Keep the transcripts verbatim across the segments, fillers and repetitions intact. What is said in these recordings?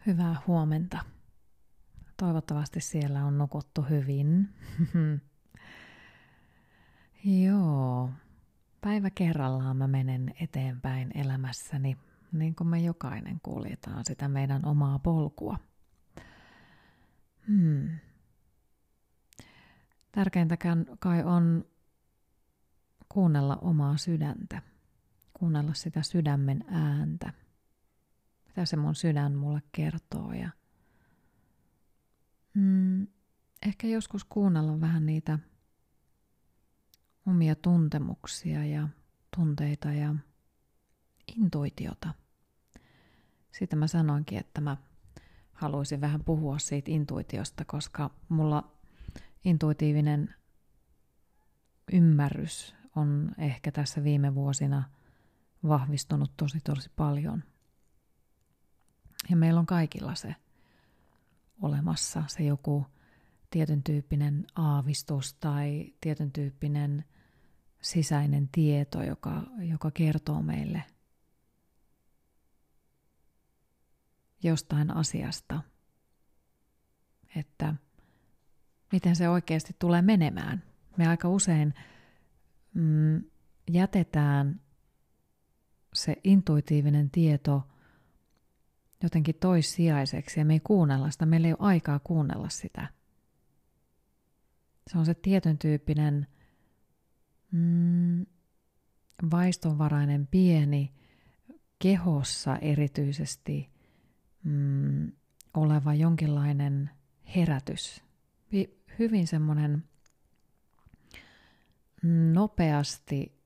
Hyvää huomenta. Toivottavasti siellä on nukuttu hyvin. Joo, päivä kerrallaan mä menen eteenpäin elämässäni, niin kuin me jokainen kuljetaan sitä meidän omaa polkua. Hmm. Tärkeintä kai on kuunnella omaa sydäntä, kuunnella sitä sydämen ääntä, mitä se mun sydän mulle kertoo ja hmm, ehkä joskus kuunnella vähän niitä omia tuntemuksia ja tunteita ja intuitiota. Siitä mä sanoinkin, että mä haluaisin vähän puhua siitä intuitiosta, koska mulla intuitiivinen ymmärrys on ehkä tässä viime vuosina vahvistunut tosi tosi paljon. Ja meillä on kaikilla se olemassa, se joku tietyn tyyppinen aavistus tai tietyn tyyppinen sisäinen tieto, joka, joka kertoo meille jostain asiasta, että miten se oikeasti tulee menemään. Me aika usein mm, jätetään se intuitiivinen tieto jotenkin toissijaiseksi ja me ei kuunnella sitä, meillä ei ole aikaa kuunnella sitä. Se on se tietyn tyyppinen mm, vaistonvarainen pieni kehossa erityisesti mm, oleva jonkinlainen herätys. Hyvin semmoinen nopeasti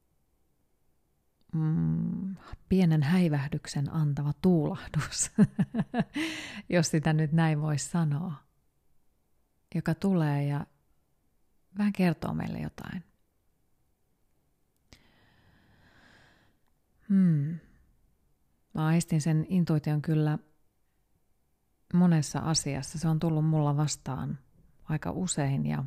mm, pienen häivähdyksen antava tuulahdus, jos sitä nyt näin voisi sanoa, joka tulee ja vähän kertoo meille jotain. Hmm. Mä aistin sen intuition kyllä monessa asiassa. Se on tullut mulla vastaan aika usein ja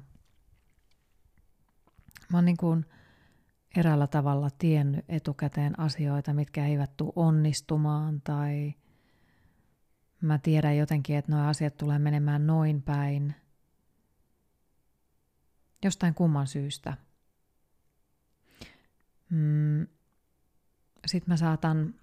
mä oon niin kuin eräällä tavalla tiennyt etukäteen asioita, mitkä eivät tule onnistumaan tai mä tiedän jotenkin, että nuo asiat tulee menemään noin päin jostain kumman syystä. Mm. Sitten mä saatan,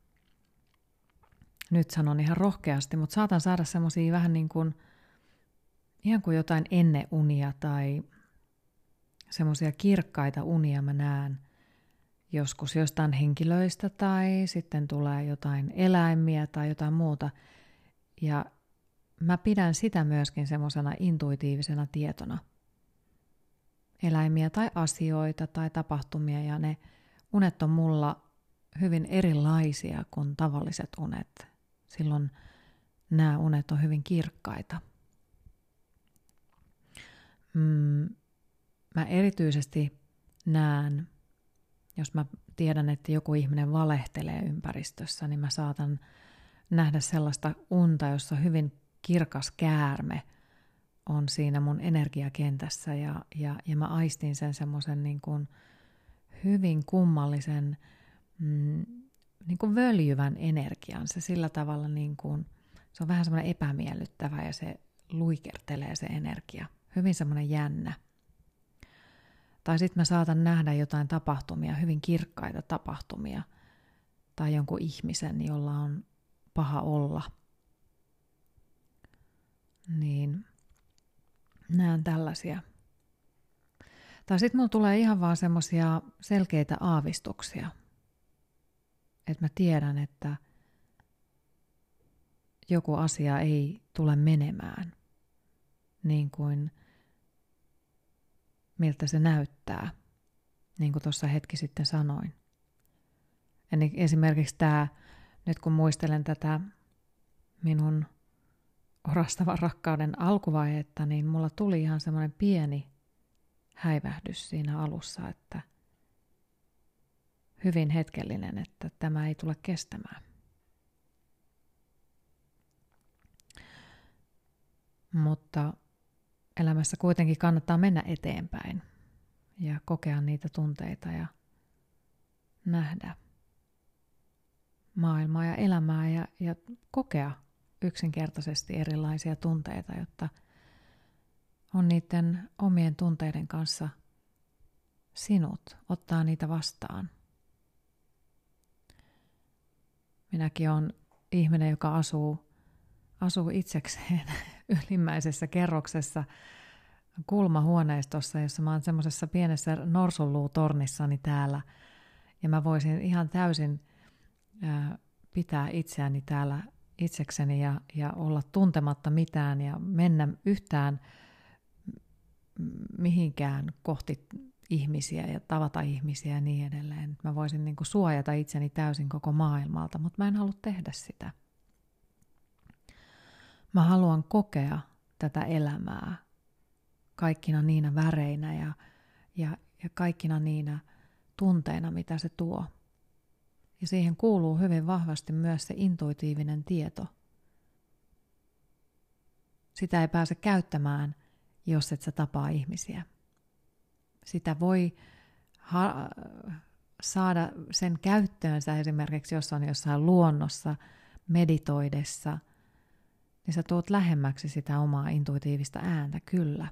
nyt sanon ihan rohkeasti, mutta saatan saada semmosia vähän niin kuin, ihan kuin jotain enneunia tai semmoisia kirkkaita unia mä näen joskus jostain henkilöistä tai sitten tulee jotain eläimiä tai jotain muuta. Ja mä pidän sitä myöskin semmoisena intuitiivisena tietona. Eläimiä tai asioita tai tapahtumia ja ne unet on mulla hyvin erilaisia kuin tavalliset unet. Silloin nämä unet on hyvin kirkkaita. Mm, mä erityisesti näen, jos mä tiedän, että joku ihminen valehtelee ympäristössä, niin mä saatan nähdä sellaista unta, jossa hyvin kirkas käärme on siinä mun energiakentässä ja, ja, ja mä aistin sen semmoisen niin kuin hyvin kummallisen mm, niin kuin völjyvän energian. Se sillä tavalla niin kuin, se on vähän semmoinen epämiellyttävä ja se luikertelee se energia. Hyvin semmoinen jännä. Tai sitten mä saatan nähdä jotain tapahtumia, hyvin kirkkaita tapahtumia. Tai jonkun ihmisen, jolla on paha olla. Niin näen tällaisia. Tai sitten mulla tulee ihan vaan semmoisia selkeitä aavistuksia. Että mä tiedän, että joku asia ei tule menemään niin kuin miltä se näyttää, niin kuin tuossa hetki sitten sanoin. Eli esimerkiksi tämä, nyt kun muistelen tätä minun orastavan rakkauden alkuvaihetta, niin mulla tuli ihan semmoinen pieni häivähdys siinä alussa, että hyvin hetkellinen, että tämä ei tule kestämään. Mutta elämässä kuitenkin kannattaa mennä eteenpäin ja kokea niitä tunteita ja nähdä maailmaa ja elämää ja, ja kokea yksinkertaisesti erilaisia tunteita, jotta on niiden omien tunteiden kanssa sinut, ottaa niitä vastaan. Minäkin olen ihminen, joka asuu, asuu itsekseen ylimmäisessä kerroksessa kulmahuoneistossa, jossa mä oon semmoisessa pienessä norsunluutornissani täällä. Ja mä voisin ihan täysin ää, pitää itseäni täällä itsekseni ja, ja olla tuntematta mitään ja mennä yhtään mihinkään kohti ihmisiä ja tavata ihmisiä ja niin edelleen. Mä voisin niin kuin suojata itseni täysin koko maailmalta, mutta mä en halua tehdä sitä. Mä haluan kokea tätä elämää kaikkina niinä väreinä ja, ja, ja kaikkina niinä tunteina, mitä se tuo. Ja siihen kuuluu hyvin vahvasti myös se intuitiivinen tieto. Sitä ei pääse käyttämään, jos et sä tapaa ihmisiä. Sitä voi ha- saada sen käyttöönsä esimerkiksi, jos on jossain luonnossa meditoidessa, niin sä tuot lähemmäksi sitä omaa intuitiivista ääntä, kyllä.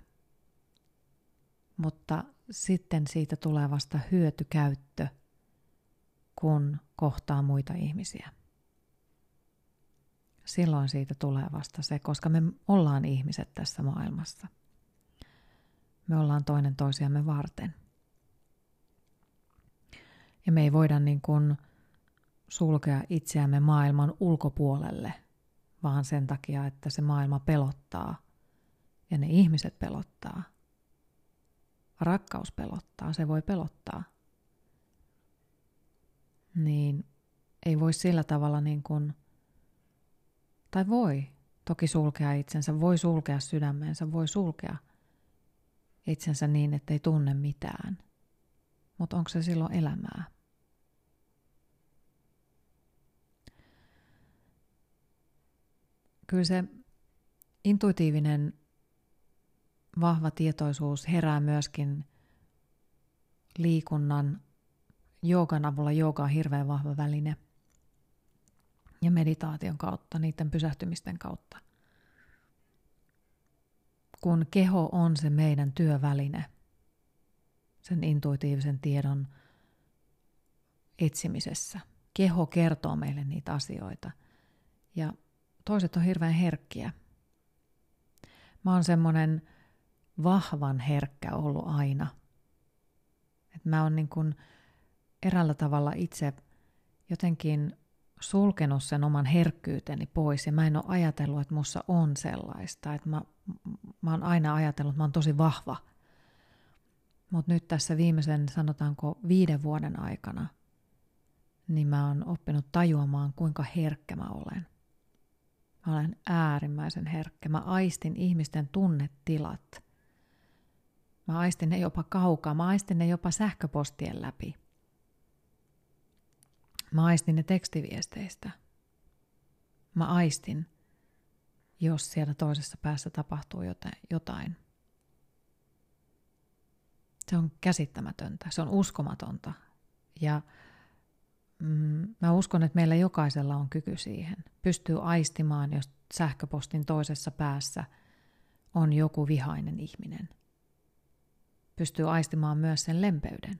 Mutta sitten siitä tulee vasta hyötykäyttö, kun kohtaa muita ihmisiä. Silloin siitä tulee vasta se, koska me ollaan ihmiset tässä maailmassa. Me ollaan toinen toisiamme varten. Ja me ei voida niin kuin sulkea itseämme maailman ulkopuolelle, vaan sen takia, että se maailma pelottaa ja ne ihmiset pelottaa. Rakkaus pelottaa, se voi pelottaa. Niin ei voi sillä tavalla niin kuin, tai voi toki sulkea itsensä, voi sulkea sydämensä, voi sulkea itsensä niin, ettei tunne mitään. Mutta onko se silloin elämää? Kyllä se intuitiivinen vahva tietoisuus herää myöskin liikunnan, joogan avulla. Jooga on hirveän vahva väline. Ja meditaation kautta, niiden pysähtymisten kautta. Kun keho on se meidän työväline, sen intuitiivisen tiedon etsimisessä. Keho kertoo meille niitä asioita. Ja toiset on hirveän herkkiä. Mä oon semmoinen vahvan herkkä ollut aina. Et mä oon niin kuin eräällä tavalla itse jotenkin sulkenut sen oman herkkyyteni pois. Ja mä en ole ajatellut, että mussa on sellaista. Että mä, mä oon aina ajatellut, että mä oon tosi vahva. Mutta nyt tässä viimeisen, sanotaanko viiden vuoden aikana, niin mä oon oppinut tajuamaan, kuinka herkkä mä olen. Mä olen äärimmäisen herkkä. Mä aistin ihmisten tunnetilat. Mä aistin ne jopa kaukaa. Mä aistin ne jopa sähköpostien läpi. Mä aistin ne tekstiviesteistä. Mä aistin, jos siellä toisessa päässä tapahtuu jotain. Se on käsittämätöntä. Se on uskomatonta. Ja mm, mä uskon, että meillä jokaisella on kyky siihen. Pystyy aistimaan, jos sähköpostin toisessa päässä on joku vihainen ihminen. Pystyy aistimaan myös sen lempeyden.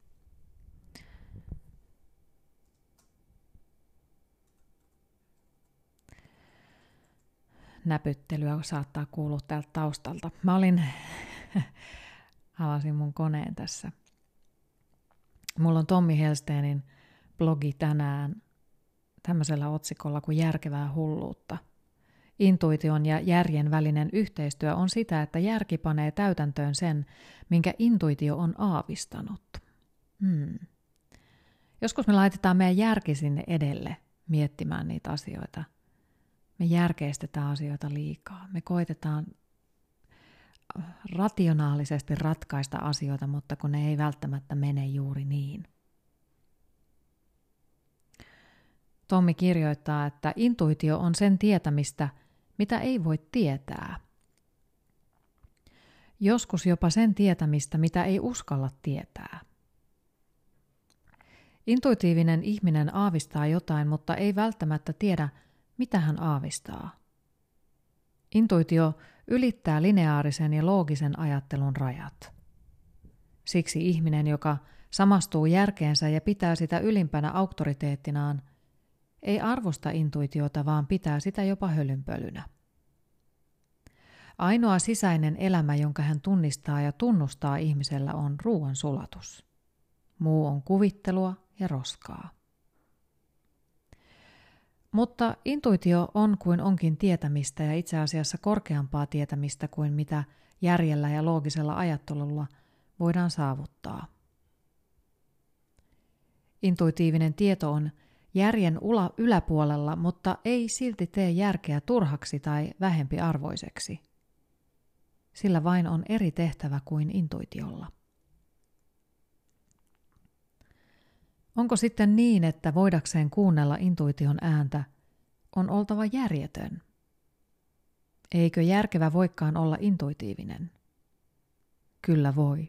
Näpyttelyä saattaa kuulua täältä taustalta. Mä olin, avasin mun koneen tässä. Mulla on Tommi Helsteenin blogi tänään tämmöisellä otsikolla kuin järkevää hulluutta. Intuition ja järjen välinen yhteistyö on sitä, että järki panee täytäntöön sen, minkä intuitio on aavistanut. Hmm. Joskus me laitetaan meidän järki sinne edelle miettimään niitä asioita. Me järkeistetään asioita liikaa. Me koitetaan rationaalisesti ratkaista asioita, mutta kun ne ei välttämättä mene juuri niin. Tommi kirjoittaa, että intuitio on sen tietämistä, mitä ei voi tietää. Joskus jopa sen tietämistä, mitä ei uskalla tietää. Intuitiivinen ihminen aavistaa jotain, mutta ei välttämättä tiedä, mitä hän aavistaa. Intuitio ylittää lineaarisen ja loogisen ajattelun rajat. Siksi ihminen, joka samastuu järkeensä ja pitää sitä ylimpänä auktoriteettinaan, ei arvosta intuitiota, vaan pitää sitä jopa hölynpölynä. Ainoa sisäinen elämä, jonka hän tunnistaa ja tunnustaa ihmisellä, on ruoan sulatus. Muu on kuvittelua ja roskaa. Mutta intuitio on kuin onkin tietämistä ja itse asiassa korkeampaa tietämistä kuin mitä järjellä ja loogisella ajattelulla voidaan saavuttaa. Intuitiivinen tieto on järjen yläpuolella, mutta ei silti tee järkeä turhaksi tai vähempiarvoiseksi. Sillä vain on eri tehtävä kuin intuitiolla. Onko sitten niin, että voidakseen kuunnella intuition ääntä on oltava järjetön? Eikö järkevä voikaan olla intuitiivinen? Kyllä voi.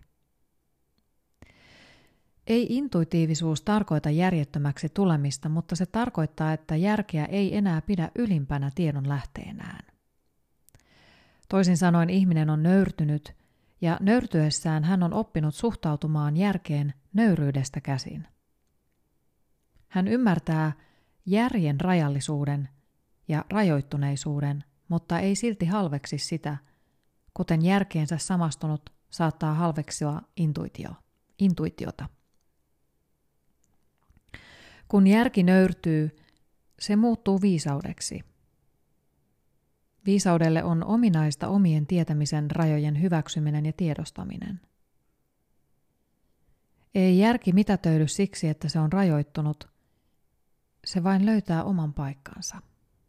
Ei intuitiivisuus tarkoita järjettömäksi tulemista, mutta se tarkoittaa, että järkeä ei enää pidä ylimpänä tiedon lähteenään. Toisin sanoen ihminen on nöyrtynyt ja nöyrtyessään hän on oppinut suhtautumaan järkeen nöyryydestä käsin. Hän ymmärtää järjen rajallisuuden ja rajoittuneisuuden, mutta ei silti halveksi sitä, kuten järkeensä samastunut saattaa halveksua intuitio, intuitiota. Kun järki nöyrtyy, se muuttuu viisaudeksi. Viisaudelle on ominaista omien tietämisen rajojen hyväksyminen ja tiedostaminen. Ei järki mitätöidy siksi, että se on rajoittunut, se vain löytää oman paikkansa.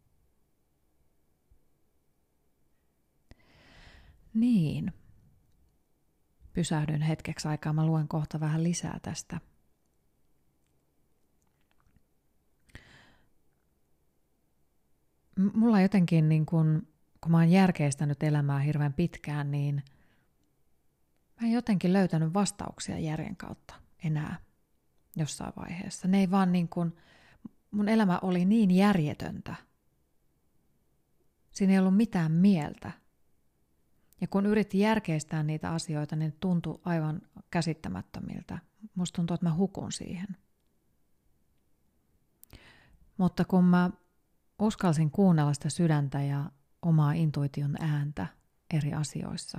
Niin. Pysähdyn hetkeksi aikaa, mä luen kohta vähän lisää tästä. Mulla jotenkin, niin kun, kun mä oon järkeistänyt elämää hirveän pitkään, niin mä en jotenkin löytänyt vastauksia järjen kautta enää jossain vaiheessa. Ne ei vaan niin kun, mun elämä oli niin järjetöntä. Siinä ei ollut mitään mieltä. Ja kun yritti järkeistää niitä asioita, niin tuntui aivan käsittämättömiltä. Musta tuntuu, että mä hukun siihen. Mutta kun mä uskalsin kuunnella sitä sydäntä ja omaa intuition ääntä eri asioissa,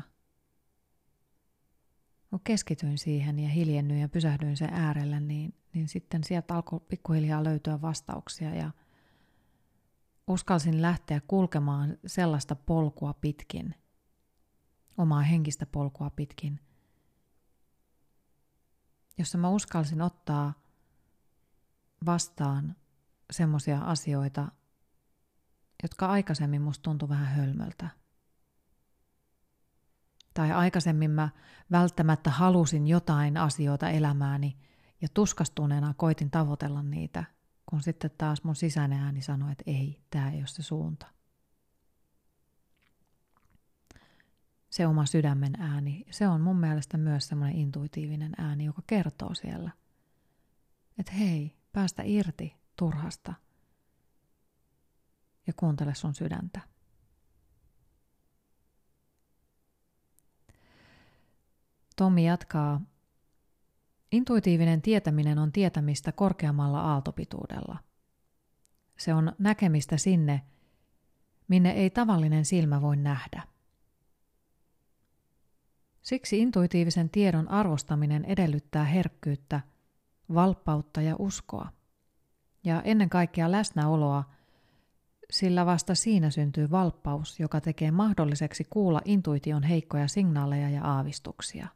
kun keskityin siihen ja hiljennyin ja pysähdyin sen äärelle, niin, niin sitten sieltä alkoi pikkuhiljaa löytyä vastauksia ja uskalsin lähteä kulkemaan sellaista polkua pitkin, omaa henkistä polkua pitkin, jossa mä uskalsin ottaa vastaan semmoisia asioita, jotka aikaisemmin musta tuntui vähän hölmöltä. Tai aikaisemmin mä välttämättä halusin jotain asioita elämääni ja tuskastuneena koitin tavoitella niitä, kun sitten taas mun sisäinen ääni sanoi, että ei, tää ei ole se suunta. Se oma sydämen ääni, se on mun mielestä myös semmoinen intuitiivinen ääni, joka kertoo siellä, että hei, päästä irti turhasta ja kuuntele sun sydäntä. Tommi jatkaa, intuitiivinen tietäminen on tietämistä korkeammalla aaltopituudella. Se on näkemistä sinne, minne ei tavallinen silmä voi nähdä. Siksi intuitiivisen tiedon arvostaminen edellyttää herkkyyttä, valppautta ja uskoa. Ja ennen kaikkea läsnäoloa, sillä vasta siinä syntyy valppaus, joka tekee mahdolliseksi kuulla intuition heikkoja signaaleja ja aavistuksia.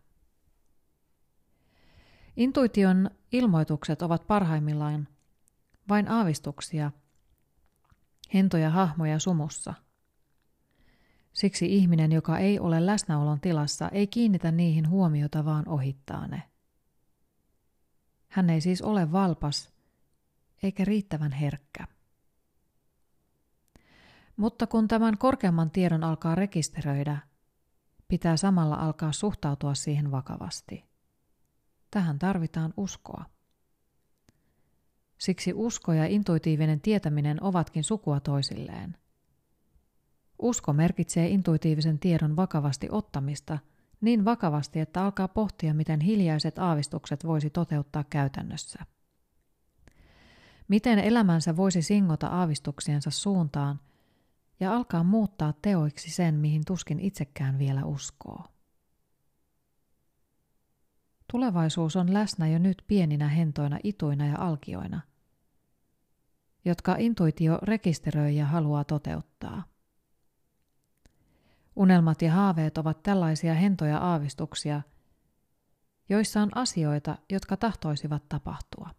Intuition ilmoitukset ovat parhaimmillaan vain aavistuksia, hentoja hahmoja sumussa. Siksi ihminen, joka ei ole läsnäolon tilassa, ei kiinnitä niihin huomiota, vaan ohittaa ne. Hän ei siis ole valpas eikä riittävän herkkä. Mutta kun tämän korkeamman tiedon alkaa rekisteröidä, pitää samalla alkaa suhtautua siihen vakavasti. Tähän tarvitaan uskoa. Siksi usko ja intuitiivinen tietäminen ovatkin sukua toisilleen. Usko merkitsee intuitiivisen tiedon vakavasti ottamista, niin vakavasti, että alkaa pohtia, miten hiljaiset aavistukset voisi toteuttaa käytännössä. Miten elämänsä voisi singota aavistuksiensa suuntaan ja alkaa muuttaa teoiksi sen, mihin tuskin itsekään vielä uskoo. Tulevaisuus on läsnä jo nyt pieninä hentoina ituina ja alkioina, jotka intuitio rekisteröi ja haluaa toteuttaa. Unelmat ja haaveet ovat tällaisia hentoja aavistuksia, joissa on asioita, jotka tahtoisivat tapahtua.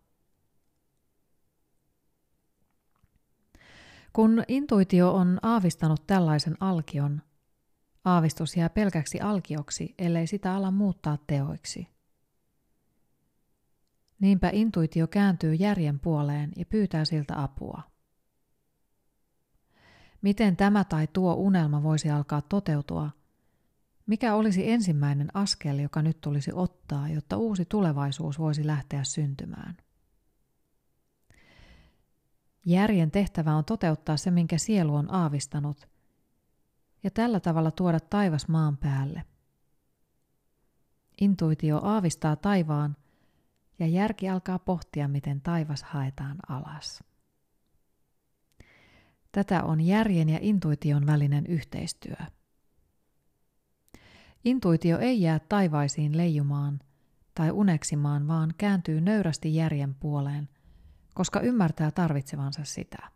Kun intuitio on aavistanut tällaisen alkion, aavistus jää pelkäksi alkioksi, ellei sitä ala muuttaa teoiksi. Niinpä intuitio kääntyy järjen puoleen ja pyytää siltä apua. Miten tämä tai tuo unelma voisi alkaa toteutua? Mikä olisi ensimmäinen askel, joka nyt tulisi ottaa, jotta uusi tulevaisuus voisi lähteä syntymään? Järjen tehtävä on toteuttaa se, minkä sielu on aavistanut, ja tällä tavalla tuoda taivas maan päälle. Intuitio aavistaa taivaan, ja järki alkaa pohtia, miten taivas haetaan alas. Tätä on järjen ja intuition välinen yhteistyö. Intuitio ei jää taivaisiin leijumaan tai uneksimaan, vaan kääntyy nöyrästi järjen puoleen, koska ymmärtää tarvitsevansa sitä.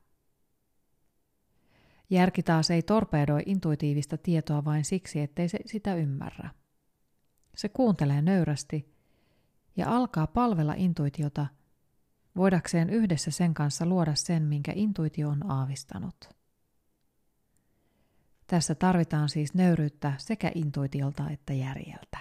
Järki taas ei torpedoi intuitiivista tietoa vain siksi, ettei se sitä ymmärrä. Se kuuntelee nöyrästi ja alkaa palvella intuitiota, voidakseen yhdessä sen kanssa luoda sen, minkä intuitio on aavistanut. Tässä tarvitaan siis nöyryyttä sekä intuitiolta että järjeltä.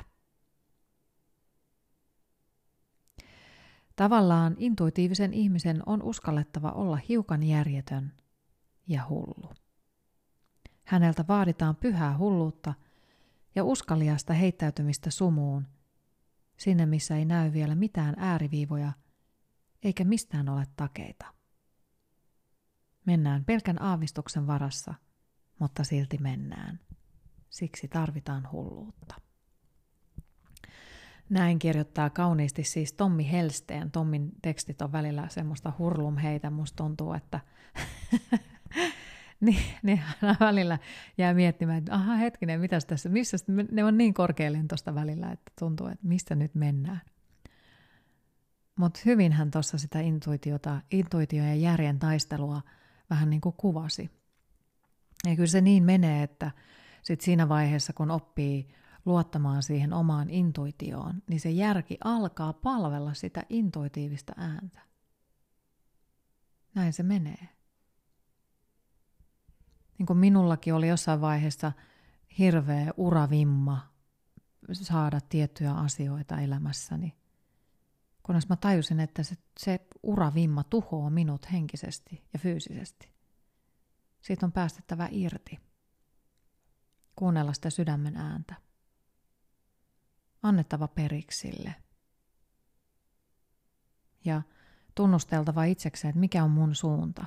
Tavallaan intuitiivisen ihmisen on uskallettava olla hiukan järjetön ja hullu. Häneltä vaaditaan pyhää hulluutta ja uskaliasta heittäytymistä sumuun, sinne missä ei näy vielä mitään ääriviivoja eikä mistään ole takeita. Mennään pelkän aavistuksen varassa, mutta silti mennään. Siksi tarvitaan hulluutta. Näin kirjoittaa kauniisti siis Tommi Helsteen. Tommin tekstit on välillä semmoista hurlumheitä. Musta tuntuu, että niin, niin välillä jää miettimään, että aha hetkinen, mitäs tässä, missä ne on niin korkealentoista välillä, että tuntuu, että mistä nyt mennään. Mutta hyvinhän tuossa sitä intuitiota, intuitio ja järjen taistelua vähän niin kuin kuvasi. Ja kyllä se niin menee, että sit siinä vaiheessa, kun oppii luottamaan siihen omaan intuitioon, niin se järki alkaa palvella sitä intuitiivista ääntä. Näin se menee. Niin kuin minullakin oli jossain vaiheessa hirveä uravimma saada tiettyjä asioita elämässäni. Kunnes mä tajusin, että se, se uravimma tuhoaa minut henkisesti ja fyysisesti. Siitä on päästettävä irti. Kuunnella sitä sydämen ääntä. Annettava periksi sille. Ja tunnusteltava itsekseen, että mikä on mun suunta.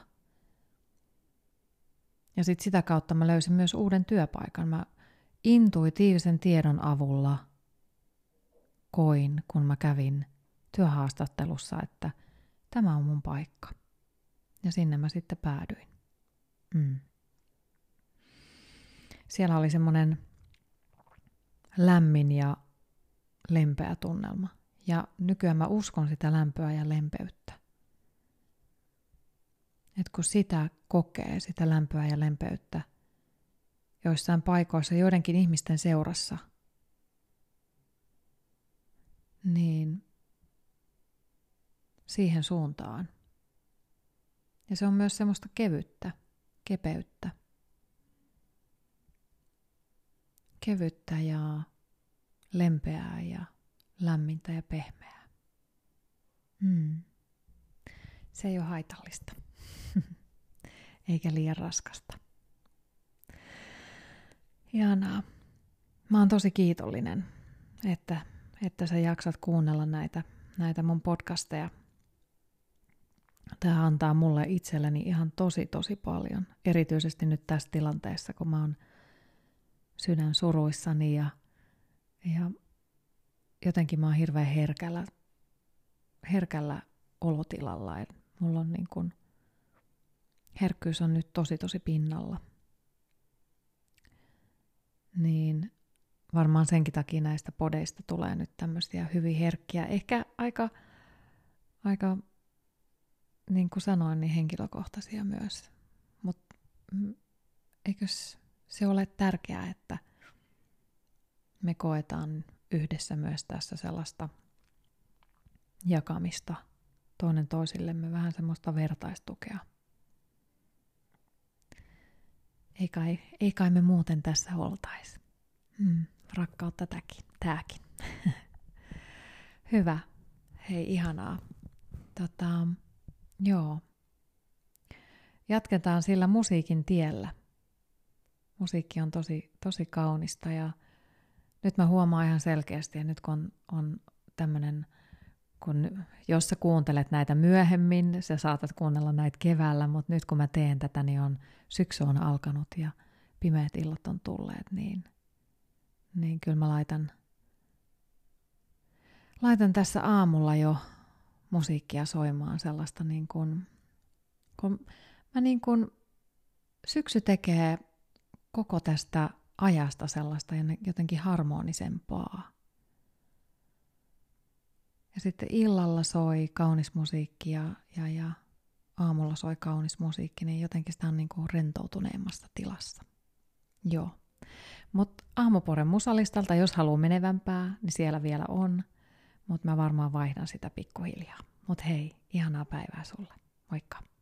Ja sitten sitä kautta mä löysin myös uuden työpaikan. Mä intuitiivisen tiedon avulla koin, kun mä kävin työhaastattelussa, että tämä on mun paikka. Ja sinne mä sitten päädyin. Mm. Siellä oli semmoinen lämmin ja lempeä tunnelma. Ja nykyään mä uskon sitä lämpöä ja lempeyttä. Et kun sitä kokee, sitä lämpöä ja lempeyttä, joissain paikoissa joidenkin ihmisten seurassa, niin siihen suuntaan. Ja se on myös semmoista kevyttä, kepeyttä. Kevyttä ja lempeää ja lämmintä ja pehmeää. Mm. Se ei ole haitallista. Eikä liian raskasta. Ihanaa. Mä oon tosi kiitollinen, että, että sä jaksat kuunnella näitä, näitä mun podcasteja. Tämä antaa mulle itselleni ihan tosi tosi paljon. Erityisesti nyt tässä tilanteessa, kun mä oon sydän suruissani ja, ja jotenkin mä oon hirveän herkällä, herkällä olotilalla. Et mulla on niin kun, herkkyys on nyt tosi tosi pinnalla. Niin varmaan senkin takia näistä podeista tulee nyt tämmöisiä hyvin herkkiä. Ehkä aika, aika niin kuin sanoin, niin henkilökohtaisia myös. Mutta eikös se ole tärkeää, että me koetaan yhdessä myös tässä sellaista jakamista toinen toisillemme, vähän semmoista vertaistukea. Ei kai, ei kai me muuten tässä oltaisi. Hmm, rakkautta tämäkin. tääkin. Hyvä. Hei, ihanaa. Tota, joo. Jatketaan sillä musiikin tiellä. Musiikki on tosi, tosi kaunista ja nyt mä huomaan ihan selkeästi, ja nyt kun on, on tämmönen, kun jos sä kuuntelet näitä myöhemmin, sä saatat kuunnella näitä keväällä, mutta nyt kun mä teen tätä, niin on, syksy on alkanut ja pimeät illat on tulleet, niin, niin kyllä mä laitan, laitan tässä aamulla jo musiikkia soimaan sellaista niin kuin, kun mä niin kuin, syksy tekee koko tästä ajasta sellaista jotenkin harmonisempaa. Ja sitten illalla soi kaunis musiikki ja, ja, ja aamulla soi kaunis musiikki, niin jotenkin sitä on niin kuin rentoutuneemmassa tilassa. Joo. Mutta Aamuporen musalistalta, jos haluaa menevämpää, niin siellä vielä on. Mutta mä varmaan vaihdan sitä pikkuhiljaa. Mutta hei, ihanaa päivää sulle. Moikka!